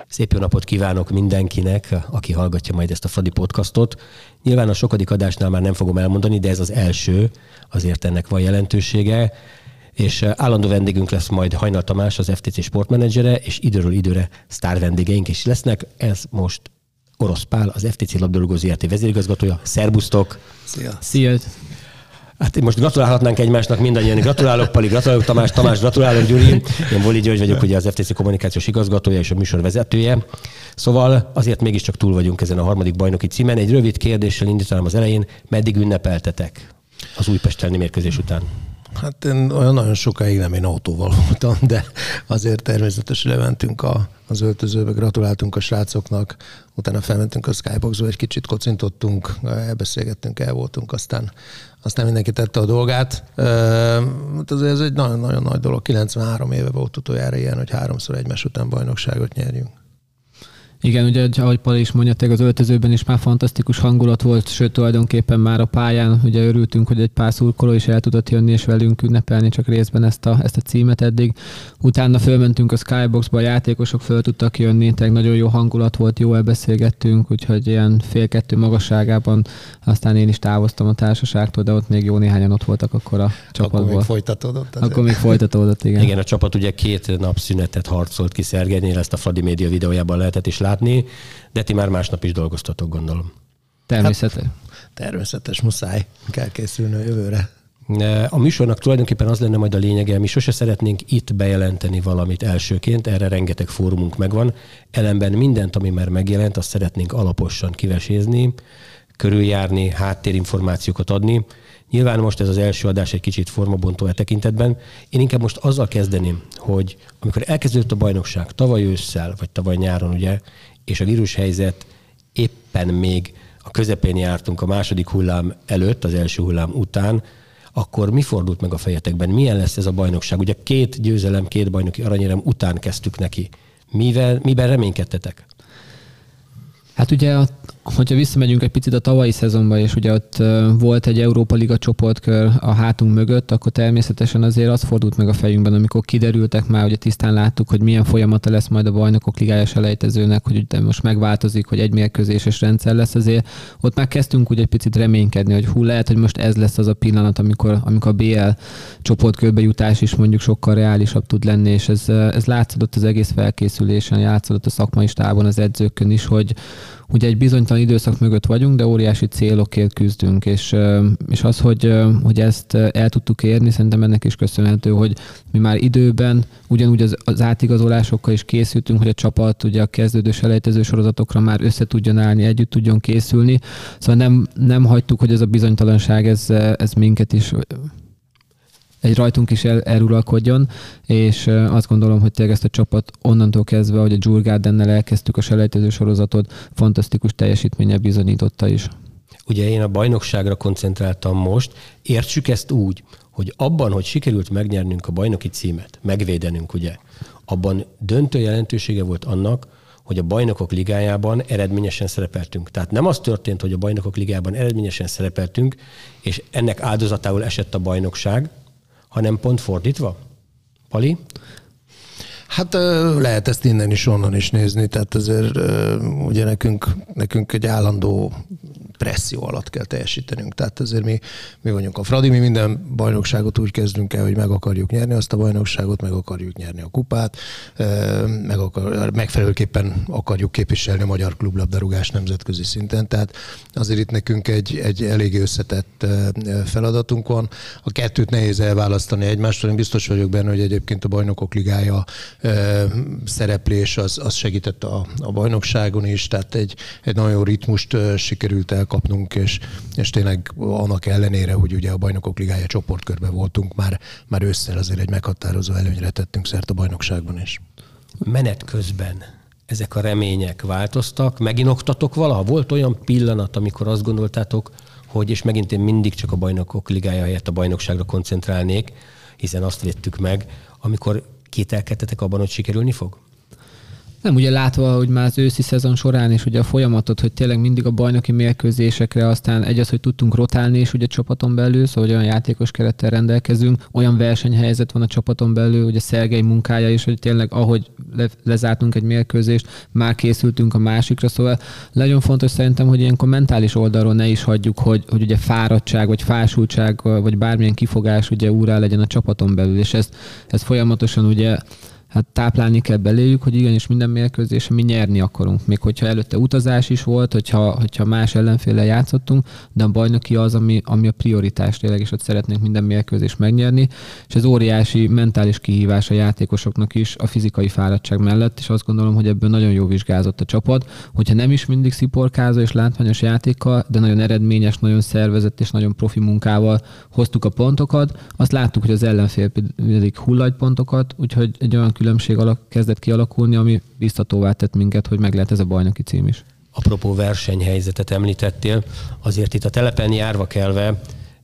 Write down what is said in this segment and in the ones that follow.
Szép jó napot kívánok mindenkinek, aki hallgatja majd ezt a Fradi podcastot. Nyilván a sokadik adásnál már nem fogom elmondani, de ez az első, azért ennek van jelentősége. És állandó vendégünk lesz majd Hajnal Tamás, az FTC sportmenedzsere, és időről időre sztár vendégeink is lesznek. Ez most Orosz Pál, az FTC labdarúgó ZRT vezérigazgatója. Szerbusztok! Szia! Szia! Hát most gratulálhatnánk egymásnak mindannyian. Gratulálok Pali, gratulálok Tamás, gratulálok Gyuri. Én Boli György vagyok, ugye az FTC kommunikációs igazgatója és a műsor vezetője. Szóval azért mégiscsak túl vagyunk ezen a harmadik bajnoki címen. Egy rövid kérdéssel indítanám az elején. Meddig ünnepeltetek az Újpest-elleni mérkőzés után? Hát én olyan nagyon sokáig nem, én autóval voltam, de azért természetesen lementünk az öltözőbe, gratuláltunk a srácoknak, utána felmentünk a Skyboxba, egy kicsit kocintottunk, elbeszélgettünk, el voltunk, aztán mindenki tette a dolgát. Azért ez egy nagyon-nagyon nagy dolog, 93 éve volt utoljára ilyen, hogy 3-szor egymás után bajnokságot nyerjünk. Igen, ugye, ahogy Pali is mondja, az öltözőben is már fantasztikus hangulat volt, sőt tulajdonképpen már a pályán ugye örültünk, hogy egy pár szurkoló is el tudott jönni és velünk ünnepelni csak részben ezt a címet eddig. Utána fölmentünk a Skyboxba, a játékosok föl tudtak jönni, tehát nagyon jó hangulat volt, jól beszélgettünk, úgyhogy ilyen 1:30 magasságában aztán én is távoztam a társaságtól, de ott még jó néhányan ott voltak akkor a csapatból. Akkor még folytatódott? Akkor még folytatódott, igen. Igen, a csapat ugye 2 nap szünetet harcolt ki Szergejnél, ezt a Fradi Média videójában lehetett is látni, de ti már másnap is dolgoztatok, gondolom. Természetes. Hát, természetes, muszáj. Kell készülni a jövőre. A műsornak tulajdonképpen az lenne majd a lényege, mi sose szeretnénk itt bejelenteni valamit elsőként, erre rengeteg fórumunk megvan. Ellenben mindent, ami már megjelent, azt szeretnénk alaposan kivesézni, körüljárni, háttérinformációkat adni. Nyilván most ez az első adás egy kicsit formabontó e tekintetben. Én inkább most azzal kezdeném, hogy amikor elkezdődött a bajnokság tavaly ősszel, vagy tavaly nyáron, ugye, és a vírushelyzet éppen még a közepén jártunk a második hullám előtt, az első hullám után, akkor mi fordult meg a fejetekben? Milyen lesz ez a bajnokság? Ugye 2 győzelem, 2 bajnoki aranyérem után kezdtük neki. Miben reménykedtetek? Hát ugye, hogyha visszamegyünk egy picit a tavalyi szezonba, és ugye ott volt egy Európa Liga csoportkör a hátunk mögött, akkor természetesen azért az fordult meg a fejünkben, amikor kiderültek már, ugye tisztán láttuk, hogy milyen folyamata lesz majd a Bajnokok Ligája selejtezőnek, hogy ugye most megváltozik, hogy egy mérkőzéses rendszer lesz, azért ott már kezdtünk ugye egy picit reménykedni, hogy lehet, hogy most ez lesz az a pillanat, amikor a BL csoportkörbe jutás is mondjuk sokkal reálisabb tud lenni, és ez látszódott az egész felkészülésen, látszódott a szakmai stábon, az edzőkön is, hogy ugye egy bizonytalan időszak mögött vagyunk, de óriási célokért küzdünk, és az, hogy ezt el tudtuk érni, szerintem ennek is köszönhető, hogy mi már időben ugyanúgy az átigazolásokkal is készültünk, hogy a csapat ugye a kezdődő selejtező sorozatokra már össze tudjon állni, együtt tudjon készülni. Szóval nem hagytuk, hogy ez a bizonytalanság ez minket is rajtunk is eluralkodjon, és azt gondolom, hogy tényleg ezt a csapat onnantól kezdve, hogy a Djurgardennel elkezdtük a selejtező sorozatot, fantasztikus teljesítménye bizonyította is. Ugye én a bajnokságra koncentráltam most. Értsük ezt úgy, hogy abban, hogy sikerült megnyernünk a bajnoki címet, megvédenünk, ugye, abban döntő jelentősége volt annak, hogy a Bajnokok Ligájában eredményesen szerepeltünk. Tehát nem az történt, hogy a Bajnokok Ligájában eredményesen szerepeltünk, és ennek áldozatául esett a bajnokság, hanem pont fordítva? Pali? Hát lehet ezt innen is, onnan is nézni, tehát azért ugye nekünk egy állandó presszió alatt kell teljesítenünk. Tehát ezért mi vagyunk a Fradi, mi minden bajnokságot úgy kezdünk el, hogy meg akarjuk nyerni azt a bajnokságot, meg akarjuk nyerni a kupát, megfelelőképpen akarjuk képviselni a magyar klublabdarúgás nemzetközi szinten. Tehát azért itt nekünk egy elég összetett feladatunk van. A kettőt nehéz elválasztani egymástól. Én biztos vagyok benne, hogy egyébként a Bajnokok Ligája szereplés az segített a bajnokságon is, tehát egy nagyon jó ritmust sikerült elkapnunk, és tényleg annak ellenére, hogy ugye a Bajnokok Ligája csoportkörben voltunk, már ősszel azért egy meghatározó előnyre tettünk szert a bajnokságban is. Menet közben ezek a remények változtak, meginoktatok valaha? Volt olyan pillanat, amikor azt gondoltátok, hogy, és megint én mindig csak a Bajnokok Ligája helyett a bajnokságra koncentrálnék, hiszen azt vettük meg, amikor kételkedtetek abban, hogy sikerülni fog? Nem, ugye látva, hogy már az őszi szezon során is ugye a folyamatot, hogy tényleg mindig a bajnoki mérkőzésekre, aztán egy az, hogy tudtunk rotálni is ugye csapaton belül, szóval hogy olyan játékos kerettel rendelkezünk, olyan versenyhelyzet van a csapaton belül, ugye Szergej munkája is, hogy tényleg ahogy lezártunk egy mérkőzést, már készültünk a másikra, szóval nagyon fontos szerintem, hogy ilyenkor mentális oldalról ne is hagyjuk, hogy ugye fáradtság, vagy fásultság, vagy bármilyen kifogás ugye úrrá legyen a csapaton belül, és ezt folyamatosan ugye hát táplálni kell beléjük, hogy igenis minden mérkőzésen mi nyerni akarunk. Még hogyha előtte utazás is volt, hogyha más ellenféllel játszottunk, de a bajnoki az, ami a prioritás tényleg, és ott szeretnénk minden mérkőzést megnyerni, és ez óriási mentális kihívás a játékosoknak is a fizikai fáradtság mellett, és azt gondolom, hogy ebből nagyon jó vizsgázott a csapat, hogyha nem is mindig sziporkázó és látványos játékkal, de nagyon eredményes, nagyon szervezett és nagyon profi munkával hoztuk a pontokat, azt láttuk, hogy az ellenfél pedig hullajt pontokat, úgyhogy egy olyan különbség kezdett kialakulni, ami biztatóvá tett minket, hogy meg lehet ez a bajnoki cím is. Apropó versenyhelyzetet említettél, azért itt a telepen járva kelve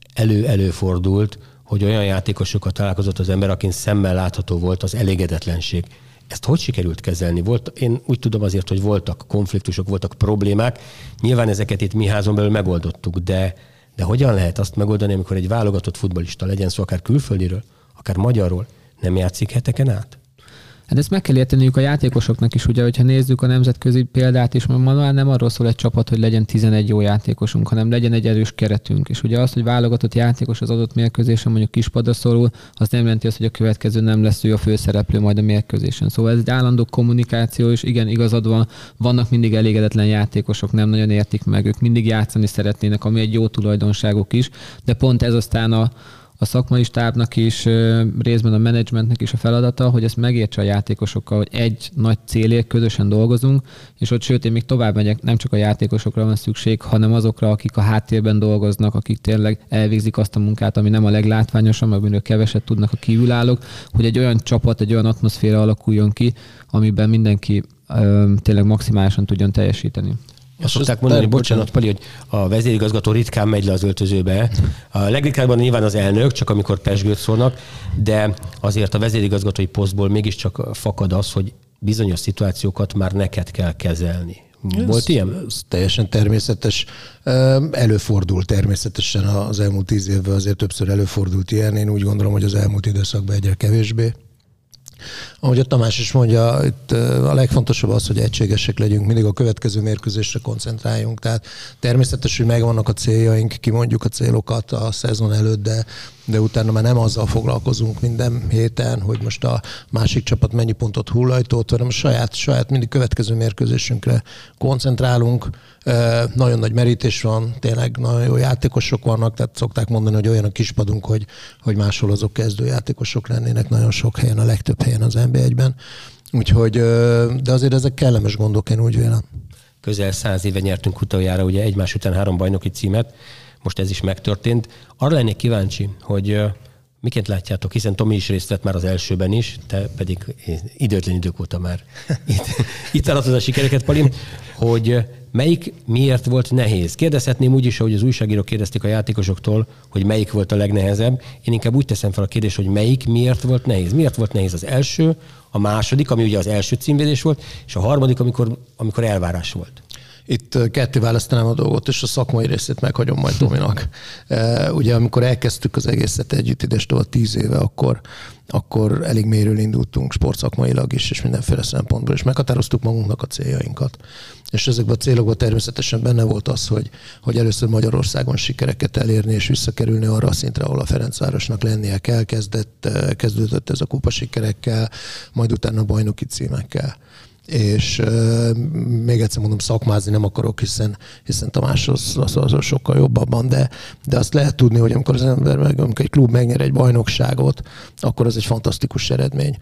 előfordult, hogy olyan játékosokat találkozott az ember, akin szemmel látható volt az elégedetlenség. Ezt hogy sikerült kezelni? Én úgy tudom azért, hogy voltak konfliktusok, voltak problémák. Nyilván ezeket itt mi házon belül megoldottuk, de hogyan lehet azt megoldani, amikor egy válogatott futballista, legyen szó akár külföldiről, akár magyarról, nem játszik heteken át? Hát ezt meg kell érteniük a játékosoknak is, ugye, hogyha nézzük a nemzetközi példát is, ma már nem arról szól egy csapat, hogy legyen 11 jó játékosunk, hanem legyen egy erős keretünk. És ugye az, hogy válogatott játékos az adott mérkőzésen mondjuk kispadra szorul, az nem jelenti azt, hogy a következő nem lesz ő a főszereplő majd a mérkőzésen. Szóval ez egy állandó kommunikáció, és igen, igazad van, vannak mindig elégedetlen játékosok, nem nagyon értik meg, ők mindig játszani szeretnének, ami egy jó tulajdonságuk is, de pont ez aztán a szakmai stábnak is, részben a menedzsmentnek is a feladata, hogy ezt megértse a játékosokkal, hogy egy nagy célért közösen dolgozunk, és ott sőt, én még tovább megyek, nem csak a játékosokra van szükség, hanem azokra, akik a háttérben dolgoznak, akik tényleg elvégzik azt a munkát, ami nem a leglátványosabb, amiről keveset tudnak a kívülállók, hogy egy olyan csapat, egy olyan atmoszféra alakuljon ki, amiben mindenki tényleg maximálisan tudjon teljesíteni. Azt szokták mondani, bocsánat, Pali, hogy a vezérigazgató ritkán megy le az öltözőbe. A legritkábban nyilván az elnök, csak amikor pezsgőt szólnak, de azért a vezérigazgatói posztból mégiscsak fakad az, hogy bizonyos szituációkat már neked kell kezelni. Volt ilyen? Ez teljesen természetes. Előfordul természetesen az elmúlt 10 évben, azért többször előfordult ilyen. Én úgy gondolom, hogy az elmúlt időszakban egyre kevésbé. Ahogy a Tamás is mondja, itt a legfontosabb az, hogy egységesek legyünk, mindig a következő mérkőzésre koncentráljunk. Tehát természetes, hogy megvannak a céljaink, kimondjuk a célokat a szezon előtt, de utána már nem azzal foglalkozunk minden héten, hogy most a másik csapat mennyi pontot hullajtott, hanem a saját mindig következő mérkőzésünkre koncentrálunk. Nagyon nagy merítés van, tényleg nagyon jó játékosok vannak, tehát szokták mondani, hogy olyan a kispadunk, hogy máshol azok kezdőjátékosok lennének nagyon sok helyen, a legtöbb helyen az NB1-ben. Úgyhogy, de azért ezek kellemes gondok, én úgy vélem. Közel 100 éve nyertünk utoljára ugye egymás után 3 bajnoki címet, most ez is megtörtént. Arra lennék kíváncsi, hogy miként látjátok, hiszen Tomi is részt vett már az elsőben is, te pedig időtlen idők óta már itt állatod a sikereket, Pali, hogy melyik miért volt nehéz? Kérdezhetném úgy is, hogy az újságírók kérdezték a játékosoktól, hogy melyik volt a legnehezebb. Én inkább úgy teszem fel a kérdést, hogy melyik miért volt nehéz. Miért volt nehéz az első, a második, ami ugye az első címvédés volt, és a harmadik, amikor elvárás volt. Itt ketté választanám a dolgot, és a szakmai részét meghagyom majd Tominak. Ugye amikor elkezdtük az egészet együtt idestől 10 éve, akkor elég mélyről indultunk sportszakmailag is, és mindenféle szempontból, és meghatároztuk magunknak a céljainkat. És ezekben a célokban természetesen benne volt az, hogy először Magyarországon sikereket elérni, és visszakerülni arra a szintre, ahol a Ferencvárosnak lennie kell. Kezdődött ez a kupasikerekkel, majd utána a bajnoki címekkel. És még egyszer mondom, szakmázni nem akarok, hiszen Tamás az sokkal jobb abban, de azt lehet tudni, hogy amikor az ember amikor egy klub megnyer egy bajnokságot, akkor az egy fantasztikus eredmény.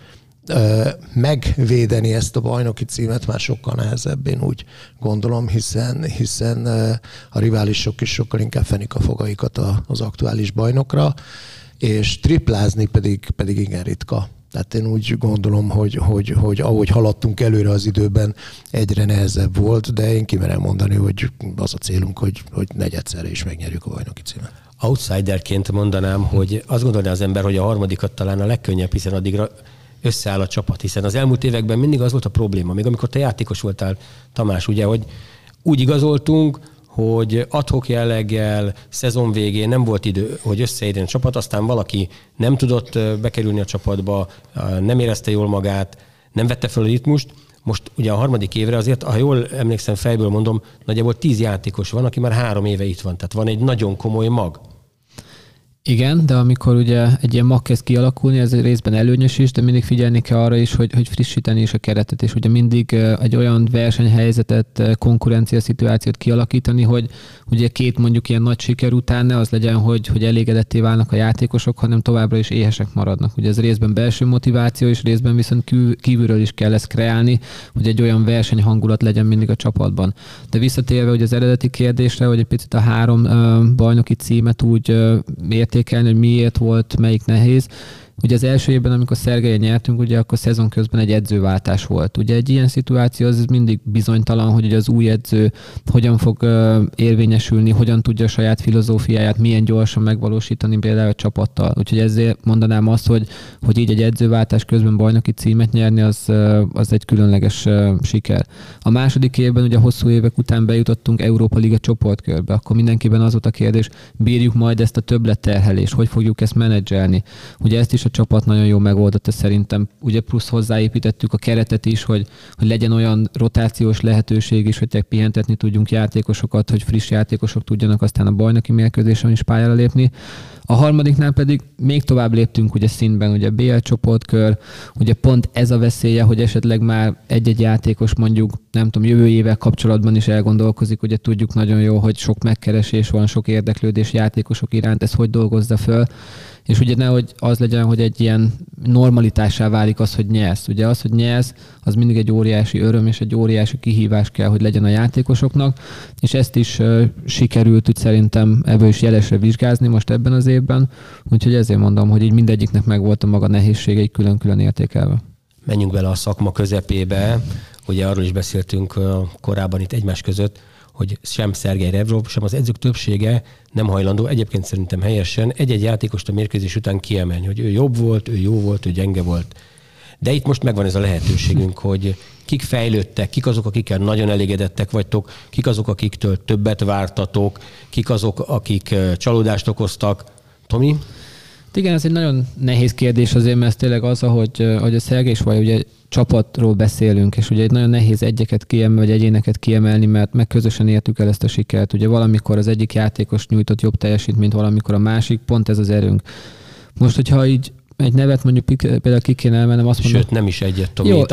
Megvédeni ezt a bajnoki címet már sokkal nehezebb, én úgy gondolom, hiszen a riválisok is sokkal inkább fenik a fogaikat az aktuális bajnokra, és triplázni pedig igen ritka. Tehát én úgy gondolom, hogy ahogy haladtunk előre az időben, egyre nehezebb volt, de én kimerem mondani, hogy az a célunk, hogy negyedszerre is megnyerjük a bajnoki címet. Outsiderként mondanám, hogy azt gondolná az ember, hogy a harmadikat talán a legkönnyebb, hiszen addigra összeáll a csapat, hiszen az elmúlt években mindig az volt a probléma, még amikor te játékos voltál, Tamás, ugye, hogy úgy igazoltunk, hogy ad-hoc jelleggel szezon végén nem volt idő, hogy összeérjen a csapat, aztán valaki nem tudott bekerülni a csapatba, nem érezte jól magát, nem vette fel a ritmust. Most ugye a harmadik évre azért, ha jól emlékszem, fejből mondom, nagyjából 10 játékos van, aki már 3 éve itt van. Tehát van egy nagyon komoly mag. Igen, de amikor ugye egy ilyen mag kezd kialakulni, ez részben előnyös is, de mindig figyelni kell arra is, hogy frissíteni is a keretet, és ugye mindig egy olyan versenyhelyzetet, konkurencia szituációt kialakítani, hogy ugye 2 mondjuk ilyen nagy siker után ne az legyen, hogy elégedetté válnak a játékosok, hanem továbbra is éhesek maradnak. Ugye ez részben belső motiváció, és részben viszont kívülről is kell ezt kreálni, hogy egy olyan versenyhangulat legyen mindig a csapatban. De visszatérve ugye az eredeti kérdésre, hogy egy picit a 3 bajnoki címet úgy értékelni, hogy miért volt, melyik nehéz. Ugye az első évben, amikor Szergelyen nyertünk, ugye akkor szezon közben egy edzőváltás volt. Ugye egy ilyen szituáció az mindig bizonytalan, hogy ugye az új edző hogyan fog érvényesülni, hogyan tudja a saját filozófiáját, milyen gyorsan megvalósítani például a csapattal. Úgyhogy ezért mondanám azt, hogy így egy edzőváltás közben bajnoki címet nyerni, az egy különleges siker. A második évben ugye hosszú évek után bejutottunk Európa Liga csoportkörbe, akkor mindenkiben az volt a kérdés, bírjuk majd ezt a többletterhelést, hogy fogjuk ezt menedzselni. Ugye ezt is a csapat nagyon jól megoldotta szerintem. Ugye plusz hozzáépítettük a keretet is, hogy legyen olyan rotációs lehetőség is, hogy pihentetni tudjunk játékosokat, hogy friss játékosok tudjanak aztán a bajnoki mérkőzésen is pályára lépni. A harmadiknál pedig még tovább léptünk ugye szintben, ugye BL csoportkör, ugye pont ez a veszélye, hogy esetleg már egy-egy játékos mondjuk, nem tudom, jövő évvel kapcsolatban is elgondolkozik, ugye tudjuk nagyon jó, hogy sok megkeresés van, sok érdeklődés játékosok iránt, ez hogy dolgozza föl, és ugye nehogy az legyen, hogy egy ilyen normalitássá válik az, hogy nyersz. Ugye az, hogy nyersz, az mindig egy óriási öröm és egy óriási kihívás kell, hogy legyen a játékosoknak, és ezt is sikerült úgy szerintem ebből is jelesre vizsgázni most ebben az évben, úgyhogy ezért mondom, hogy így mindegyiknek megvolt a maga nehézségei külön-külön értékelve. Menjünk bele a szakma közepébe, ugye arról is beszéltünk korábban itt egymás között, hogy sem Szergej Revrov, sem az edzők többsége nem hajlandó, egyébként szerintem helyesen egy-egy játékost a mérkőzés után kiemelni, hogy ő jobb volt, ő jó volt, ő gyenge volt. De itt most megvan ez a lehetőségünk, hogy kik fejlődtek, kik azok, akikkel nagyon elégedettek vagytok, kik azok, akiktől többet vártatok, kik azok, akik csalódást okoztak. Tomi? Igen, ez egy nagyon nehéz kérdés azért, mert ez tényleg az, hogy a Szergej is vagy, ugye csapatról beszélünk, és ugye egy nagyon nehéz egyeket kiemelni, vagy egyéneket kiemelni, mert meg közösen értük el ezt a sikert. Ugye valamikor az egyik játékos nyújtott jobb teljesítményt, valamikor a másik, pont ez az erőnk. Most, hogyha így egy nevet mondjuk például ki kéne emelnem, azt mondom... Sőt, nem is egyet, Tomi. Jó,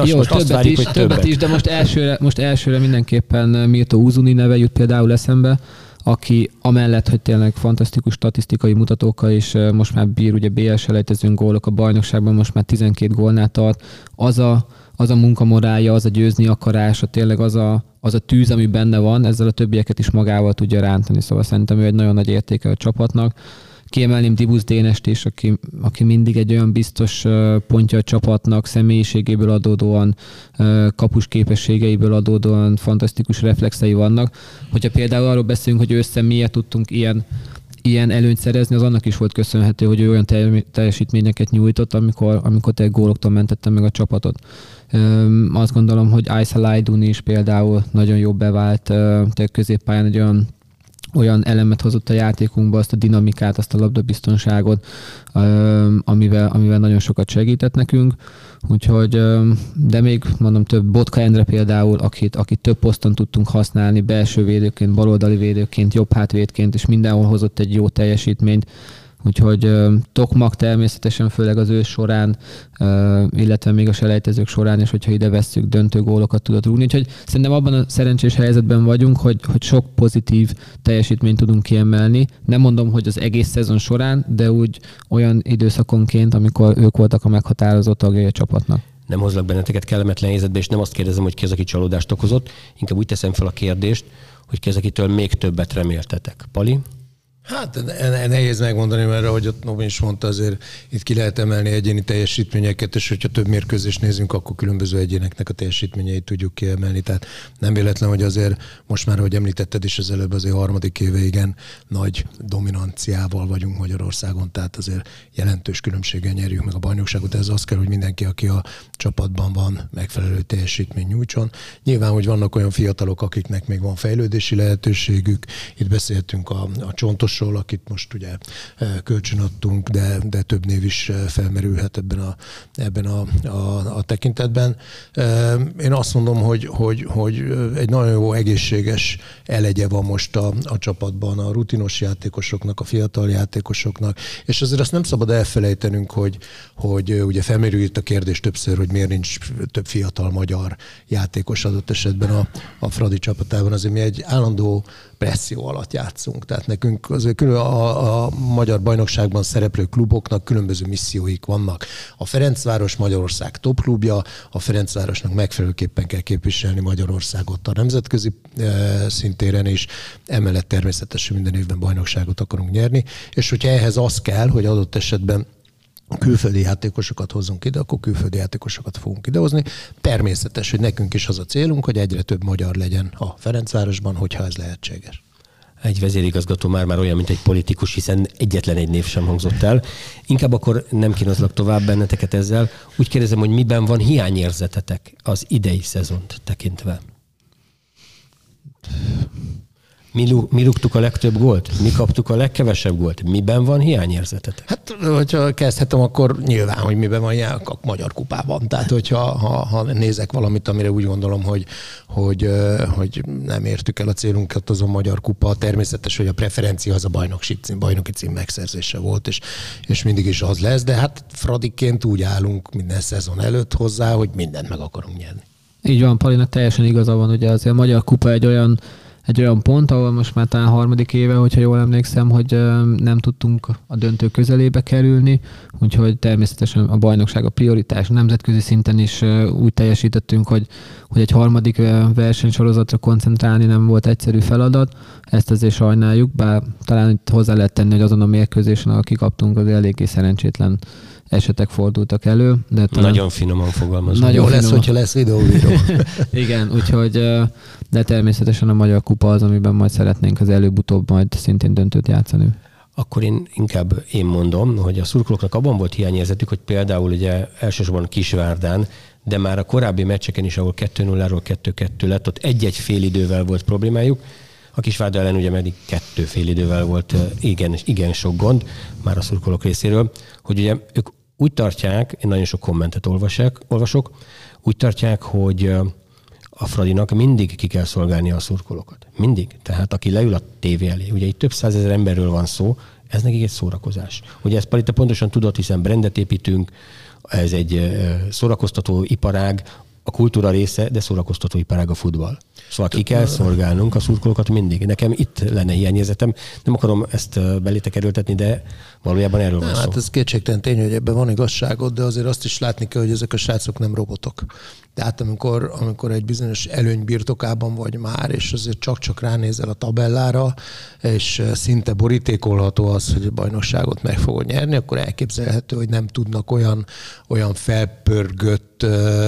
többet is, de most elsőre mindenképpen Mirto Uzuni neve jut például eszembe, aki amellett, hogy tényleg fantasztikus statisztikai mutatókkal is most már bír, ugye BL selejtezőn gólok a bajnokságban, most már 12 gólnál tart. Az a munkamorálja, az a győzni akarása, tényleg az a tűz, ami benne van, ezzel a többieket is magával tudja rántani. Szóval szerintem ő egy nagyon nagy értéke a csapatnak. Kiemelném Dibusz Dénest is, aki mindig egy olyan biztos pontja a csapatnak, személyiségéből adódóan, kapus képességeiből adódóan fantasztikus reflexei vannak. Hogyha például arról beszélünk, hogy össze miért tudtunk ilyen előnyt szerezni, az annak is volt köszönhető, hogy ő olyan teljesítményeket nyújtott, amikor te góloktól mentette meg a csapatot. Azt gondolom, hogy Aisa Lajdun is például nagyon jó bevált, te középpályán egy olyan elemet hozott a játékunkba, azt a dinamikát, azt a labdabiztonságot, amivel nagyon sokat segített nekünk. Úgyhogy, de még mondom több, Botka Endre például, akit több poszton tudtunk használni, belső védőként, baloldali védőként, jobb hátvédként, és mindenhol hozott egy jó teljesítményt. Úgyhogy Tokmak természetesen, főleg az ősz során, illetve még a selejtezők során, és hogyha ide vesszük, döntő gólokat tudott rúgni. Úgyhogy szerintem abban a szerencsés helyzetben vagyunk, hogy sok pozitív teljesítményt tudunk kiemelni. Nem mondom, hogy az egész szezon során, de úgy olyan időszakonként, amikor ők voltak a meghatározó tagjai a csapatnak. Nem hozlak benneteket kellemetlen helyzetbe, és nem azt kérdezem, hogy ki az, aki csalódást okozott, inkább úgy teszem fel a kérdést, hogy ki az, akitől még többet reméltetek. Pali? Hát nehéz megmondani, mert ahogy ott Nobi is mondta, azért itt ki lehet emelni egyéni teljesítményeket, és hogyha több mérkőzést nézünk, akkor különböző egyéneknek a teljesítményeit tudjuk kiemelni. Tehát nem véletlen, hogy azért most már, ahogy említetted is az előbb, azért harmadik éve igen nagy dominanciával vagyunk Magyarországon, tehát azért jelentős különbséggel nyerjük meg a bajnokságot. Ez az kell, hogy mindenki, aki a csapatban van, megfelelő teljesítmény nyújtson. Nyilván, hogy vannak olyan fiatalok, akiknek még van fejlődési lehetőségük. Itt beszéltünk a Csontosról, akit most ugye kölcsönadtunk, de több név is felmerülhet ebben a tekintetben. Én azt mondom, hogy egy nagyon jó egészséges elegye van most a csapatban, a rutinos játékosoknak, a fiatal játékosoknak, és azért azt nem szabad elfelejtenünk, hogy ugye felmerül itt a kérdés többször, hogy miért nincs több fiatal magyar játékos adott esetben a Fradi csapatában. Azért mi egy állandó presszió alatt játszunk. Tehát nekünk azért a magyar bajnokságban szereplő kluboknak különböző misszióik vannak. A Ferencváros Magyarország top klubja, a Ferencvárosnak megfelelőképpen kell képviselni Magyarországot a nemzetközi szintéren is, emellett természetesen minden évben bajnokságot akarunk nyerni, és hogyha ehhez az kell, hogy adott esetben külföldi játékosokat hozzunk ide, akkor külföldi játékosokat fogunk idehozni. Természetes, hogy nekünk is az a célunk, hogy egyre több magyar legyen a Ferencvárosban, hogyha ez lehetséges. Egy vezérigazgató már olyan, mint egy politikus, hiszen egyetlen egy név sem hangzott el. Inkább akkor nem kínozlak tovább benneteket ezzel. Úgy kérdezem, hogy miben van hiányérzetetek az idei szezont tekintve? Mi rúgtuk a legtöbb gólt? Mi kaptuk a legkevesebb gólt? Miben van hiányérzetetek? Hát, hogyha kezdhetem, akkor nyilván, hogy miben van hiány a Magyar Kupában. Tehát, hogyha nézek valamit, amire úgy gondolom, hogy nem értük el a célunkat, az a Magyar Kupa. Természetes, hogy a preferencia az a bajnoki cím megszerzése volt, és mindig is az lesz, de hát Fradiként úgy állunk minden szezon előtt hozzá, hogy mindent meg akarunk nyerni. Így van, Palinak teljesen igaza van, ugye azért a Magyar Kupa egy olyan pont, ahol most már talán harmadik éve, hogyha jól emlékszem, hogy nem tudtunk a döntő közelébe kerülni, úgyhogy természetesen a bajnokság a prioritás. Nemzetközi szinten is úgy teljesítettünk, hogy egy harmadik versenysorozatra koncentrálni nem volt egyszerű feladat. Ezt azért sajnáljuk, bár talán itt hozzá lehet tenni, hogy azon a mérkőzésen, akik kaptunk, az eléggé szerencsétlen esetek fordultak elő. De nagyon finoman fogalmazom. Jó lesz, hogyha lesz videóvíró. Igen, úgyhogy de természetesen a Magyar Kupa az, amiben majd szeretnénk az előbb-utóbb majd szintén döntőt játszani. Akkor én mondom, hogy a szurkolóknak abban volt hiányérzetük, hogy például ugye elsősorban Kisvárdán, de már a korábbi meccseken is, ahol 2-0-ról 2-2 lett, ott egy-egy fél idővel volt problémájuk. A Kisvárda ellen ugye meddig 2 fél idővel volt igen sok gond, már a szurkolók részéről, hogy ugye ők úgy tartják, én nagyon sok kommentet olvasok, úgy tartják, hogy a Fradinak mindig ki kell szolgálnia a szurkolókat. Mindig. Tehát aki leül a tévé elé, ugye itt több százezer emberről van szó, ez nekik egy szórakozás. Ugye ezt Palita pontosan tudod, hiszen brandet építünk, ez egy szórakoztató iparág, a kultúra része, de szórakoztató iparág a futball. Szóval ki kell szolgálnunk a szurkolókat mindig. Nekem itt lenne hiányérzetem. Nem akarom ezt belétek erőltetni, de valójában erről van szó. Hát ez kétségtelen tény, hogy ebben van igazságod, de azért azt is látni kell, hogy ezek a srácok nem robotok. Tehát amikor egy bizonyos előny birtokában vagy már, és azért csak ránézel a tabellára, és szinte borítékolható az, hogy a bajnokságot meg fogod nyerni, akkor elképzelhető, hogy nem tudnak olyan felpörgött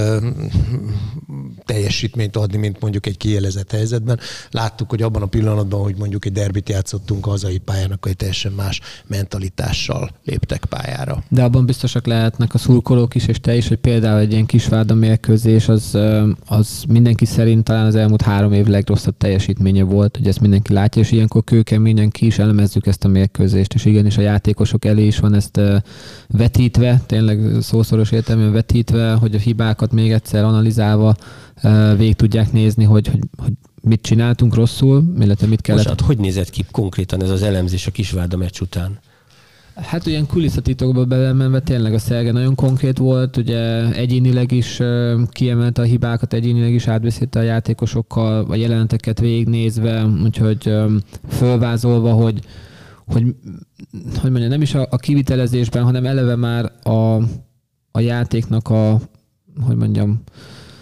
teljesítményt adni, mint mondjuk egy kiélezett helyzetben. Láttuk, hogy abban a pillanatban, hogy mondjuk egy derbit játszottunk a hazai pályának, hogy teljesen más mentalitással léptek pályára. De abban biztosak lehetnek a szurkolók is, és te is, hogy például egy ilyen Kisvárda mérkőzés, az mindenki szerint talán az elmúlt 3 év legrosszabb teljesítménye volt, hogy ezt mindenki látja, és ilyenkor kőkeményen ki is elemezzük ezt a mérkőzést, és igenis a játékosok elé is van ezt vetítve, tényleg szószoros értelemben vetítve, hogy a hibákat még egyszer analizálva végig tudják nézni, hogy mit csináltunk rosszul, illetve mit kellett. Most hogy nézett ki konkrétan ez az elemzés a Kisvárda meccs után? Hát ilyen kulisszatitokba belemenve tényleg a Szerge nagyon konkrét volt, ugye egyénileg is kiemelte a hibákat, egyénileg is átbeszélte a játékosokkal, a jeleneteket végignézve, úgyhogy fölvázolva, hogy mondjam, nem is a kivitelezésben, hanem eleve már a játéknak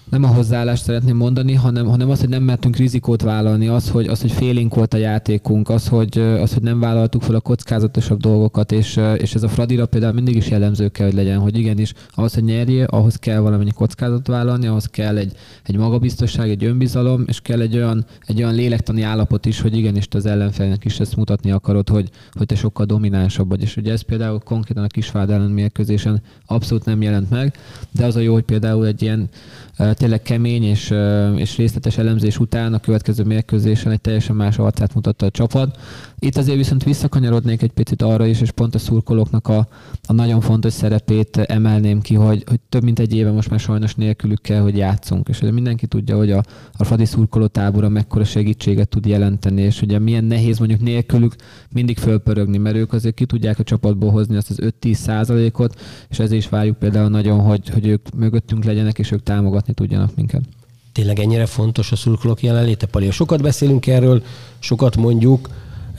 nem a hozzáállást szeretném mondani, hanem az, hogy nem mertünk rizikót vállalni, az, hogy félénk volt a játékunk, az, hogy nem vállaltuk fel a kockázatosabb dolgokat, és ez a Fradira például mindig is jellemző kell, hogy legyen, hogy igenis, ahhoz, hogy nyerjél, ahhoz kell valamennyi kockázatot vállalni, ahhoz kell egy magabiztosság, egy önbizalom, és kell egy olyan lélektani állapot is, hogy igenis te az ellenfelnek is ezt mutatni akarod, hogy te sokkal dominánsabb vagy. És ugye ez például konkrétan a Kisvárda ellen mérkőzésen abszolút nem jelent meg, de az a jó, hogy például egy ilyen tényleg kemény és részletes elemzés után a következő mérkőzésen egy teljesen más arcát mutatta a csapat. Itt azért viszont visszakanyarodnék egy picit arra is, és pont a szurkolóknak a nagyon fontos szerepét emelném ki, hogy több mint egy éve most már sajnos nélkülük kell, hogy játszunk. És ugye mindenki tudja, hogy a Fradi szurkoló tábora mekkora segítséget tud jelenteni, és ugye milyen nehéz mondjuk nélkülük mindig fölpörögni, mert ők azért ki tudják a csapatból hozni azt az 5-10%-ot, és ezért is várjuk például nagyon, hogy ők mögöttünk legyenek, és ők támogatni tudjanak minket. Tényleg ennyire fontos a szurkolók jelenléte, Pali? Sokat beszélünk erről, sokat mondjuk,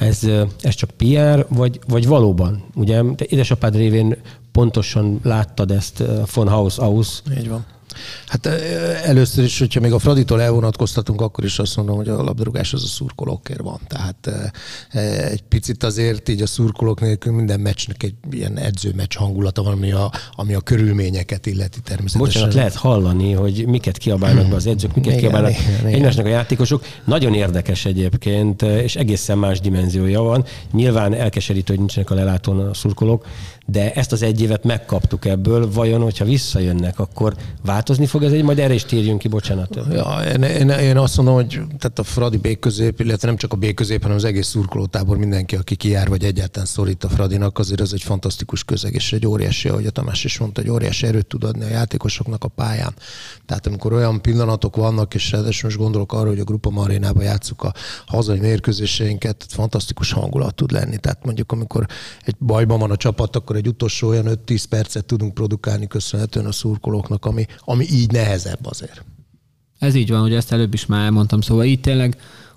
ez csak PR, vagy valóban? Ugye te édesapád révén pontosan láttad ezt von Haus aus. Így van. Hát először is, hogyha még a Fraditól elvonatkoztatunk, akkor is azt mondom, hogy a labdarúgás az a szurkolókért van. Tehát egy picit azért így a szurkolók nélkül minden meccsnek egy ilyen edzőmeccs hangulata van, ami a körülményeket illeti természetesen. Bocsánat, lehet hallani, hogy miket kiabálnak be az edzők, miket kiabálnak egymásnak a játékosok. Nagyon érdekes egyébként, és egészen más dimenziója van. Nyilván elkeserítő, hogy nincsenek a lelátón a szurkolók, de ezt az egy évet megkaptuk ebből. Vajon, hogyha visszajönnek, akkor változni fog ez? Majd erre is térjünk ki, bocsánat. Ja, én azt mondom, hogy tehát a Fradi B-közép, illetve nem csak a B-közép, hanem az egész szurkolótábor, mindenki, aki kijár, vagy egyáltalán szorít a Fradinak, azért ez egy fantasztikus közeg, és egy óriási, ahogy a Tamás is mondta, egy óriási erőt tud adni a játékosoknak a pályán. Tehát amikor olyan pillanatok vannak, és ráadásul most gondolok arra, hogy a Groupama Arénába játsszuk a hazai mérkőzéseinket, fantasztikus hangulat tud lenni. Tehát mondjuk, amikor egy bajban van a csapat, akkor egy utolsó olyan 5-10 percet tudunk produkálni köszönhetően a szurkolóknak, ami így nehezebb azért. Ez így van, ugye ezt előbb is már elmondtam, szóval így tényleg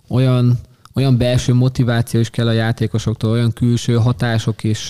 olyan belső motiváció is kell a játékosoktól, olyan külső hatások is,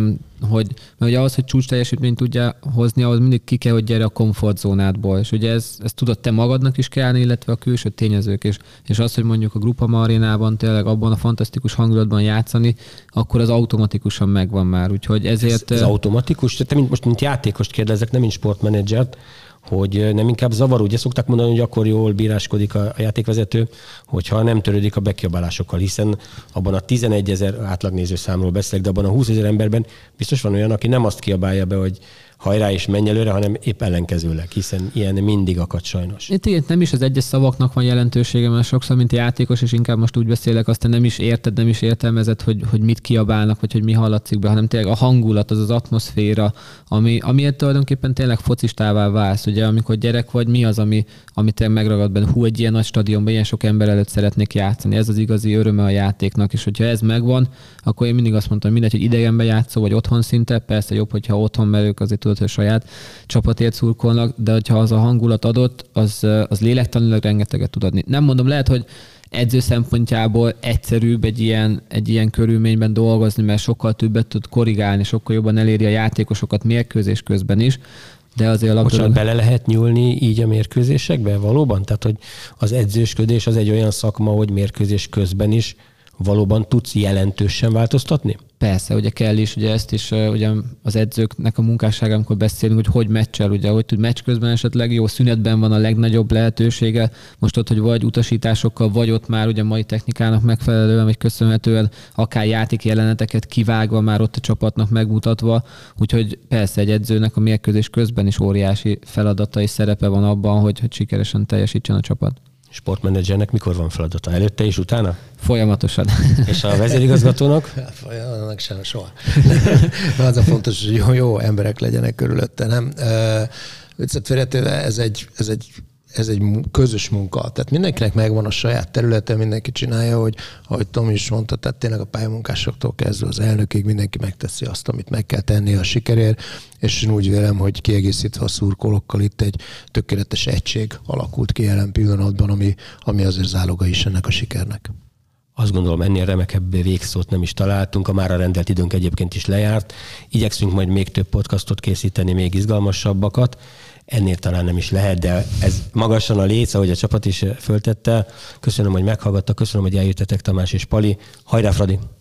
hogy ahhoz, hogy csúcs teljesítményt tudja hozni, ahhoz mindig ki kell, hogy gyere a komfortzónádból. És ugye ezt tudod te magadnak is kell, illetve a külső tényezők is. És az, hogy mondjuk a Groupama Arénában tényleg abban a fantasztikus hangulatban játszani, akkor az automatikusan megvan már. Úgyhogy ezért... Ez automatikus? Te mint játékost kérdezek, nem mint sportmenedzsert, hogy nem inkább zavaró. Ugye szokták mondani, hogy akkor jól bíráskodik a játékvezető, hogyha nem törődik a bekiabálásokkal, hiszen abban a 11 000 átlagnéző számról beszélek, de abban a 20 000 emberben biztos van olyan, aki nem azt kiabálja be, hogy hajrá és menj előre, hanem épp ellenkezőleg, hiszen ilyen mindig akad sajnos. Itt nem is az egyes szavaknak van jelentősége, mert sokszor, mint játékos, és inkább most úgy beszélek, aztán nem is érted, nem is értelmezed, hogy mit kiabálnak, vagy hogy mi hallatszik be, hanem tényleg a hangulat, az atmoszféra, amiért tulajdonképpen tényleg focistává válsz. Ugye, amikor gyerek vagy, mi az, ami tényleg megragad benne? Hú, egy ilyen nagy stadionban ilyen sok ember előtt szeretnék játszani. Ez az igazi öröme a játéknak, és hogyha ez megvan, akkor én mindig azt mondtam, mindegy, hogy idegenben játszol, vagy otthon szinte, persze jobb, hogyha otthon, mert ők azért tudod, hogy saját csapatért szurkolnak, de hogyha az a hangulat adott, az lélektanilag rengeteget tud adni. Nem mondom, lehet, hogy edző szempontjából egyszerűbb egy ilyen körülményben dolgozni, mert sokkal többet tud korrigálni, sokkal jobban eléri a játékosokat mérkőzés közben is, de azért a Bocsánat, bele lehet nyúlni így a mérkőzésekbe valóban? Tehát, hogy az edzősködés az egy olyan szakma, hogy mérkőzés közben is valóban tudsz jelentősen változtatni? Persze, ugye kell is, ugye ezt is ugye az edzőknek a munkássága, amikor beszélünk, hogy meccsel, ugye, hogy tud meccs közben esetleg jó szünetben van a legnagyobb lehetősége. Most ott, hogy vagy utasításokkal, vagy ott már ugye mai technikának megfelelően, vagy köszönhetően akár játékjeleneteket kivágva már ott a csapatnak megmutatva. Úgyhogy persze egy edzőnek a mérkőzés közben is óriási feladata és szerepe van abban, hogy sikeresen teljesítsen a csapat. Sportmenedzsernek mikor van feladata? Előtte és utána? Folyamatosan. És a vezérigazgatónak? Annak sem soha. Az a fontos, hogy jó emberek legyenek körülötte, nem? Viccet félretéve ez egy közös munka. Tehát mindenkinek megvan a saját területe, mindenki csinálja, ahogy Tomi is mondta, tehát tényleg a pályamunkásoktól kezdve az elnökig mindenki megteszi azt, amit meg kell tenni a sikerért, és én úgy vélem, hogy kiegészítve a szurkolókkal itt egy tökéletes egység alakult ki jelen pillanatban, ami azért záloga is ennek a sikernek. Azt gondolom, ennél remekebb végszót nem is találtunk, a mára rendelt időnk egyébként is lejárt. Igyekszünk majd még több podcastot készíteni, még izgalmasabbakat. Ennél talán nem is lehet, de ez magasan a léc, ahogy a csapat is föltette. Köszönöm, hogy meghallgattak, köszönöm, hogy eljöttetek, Tamás és Pali. Hajrá, Fradi!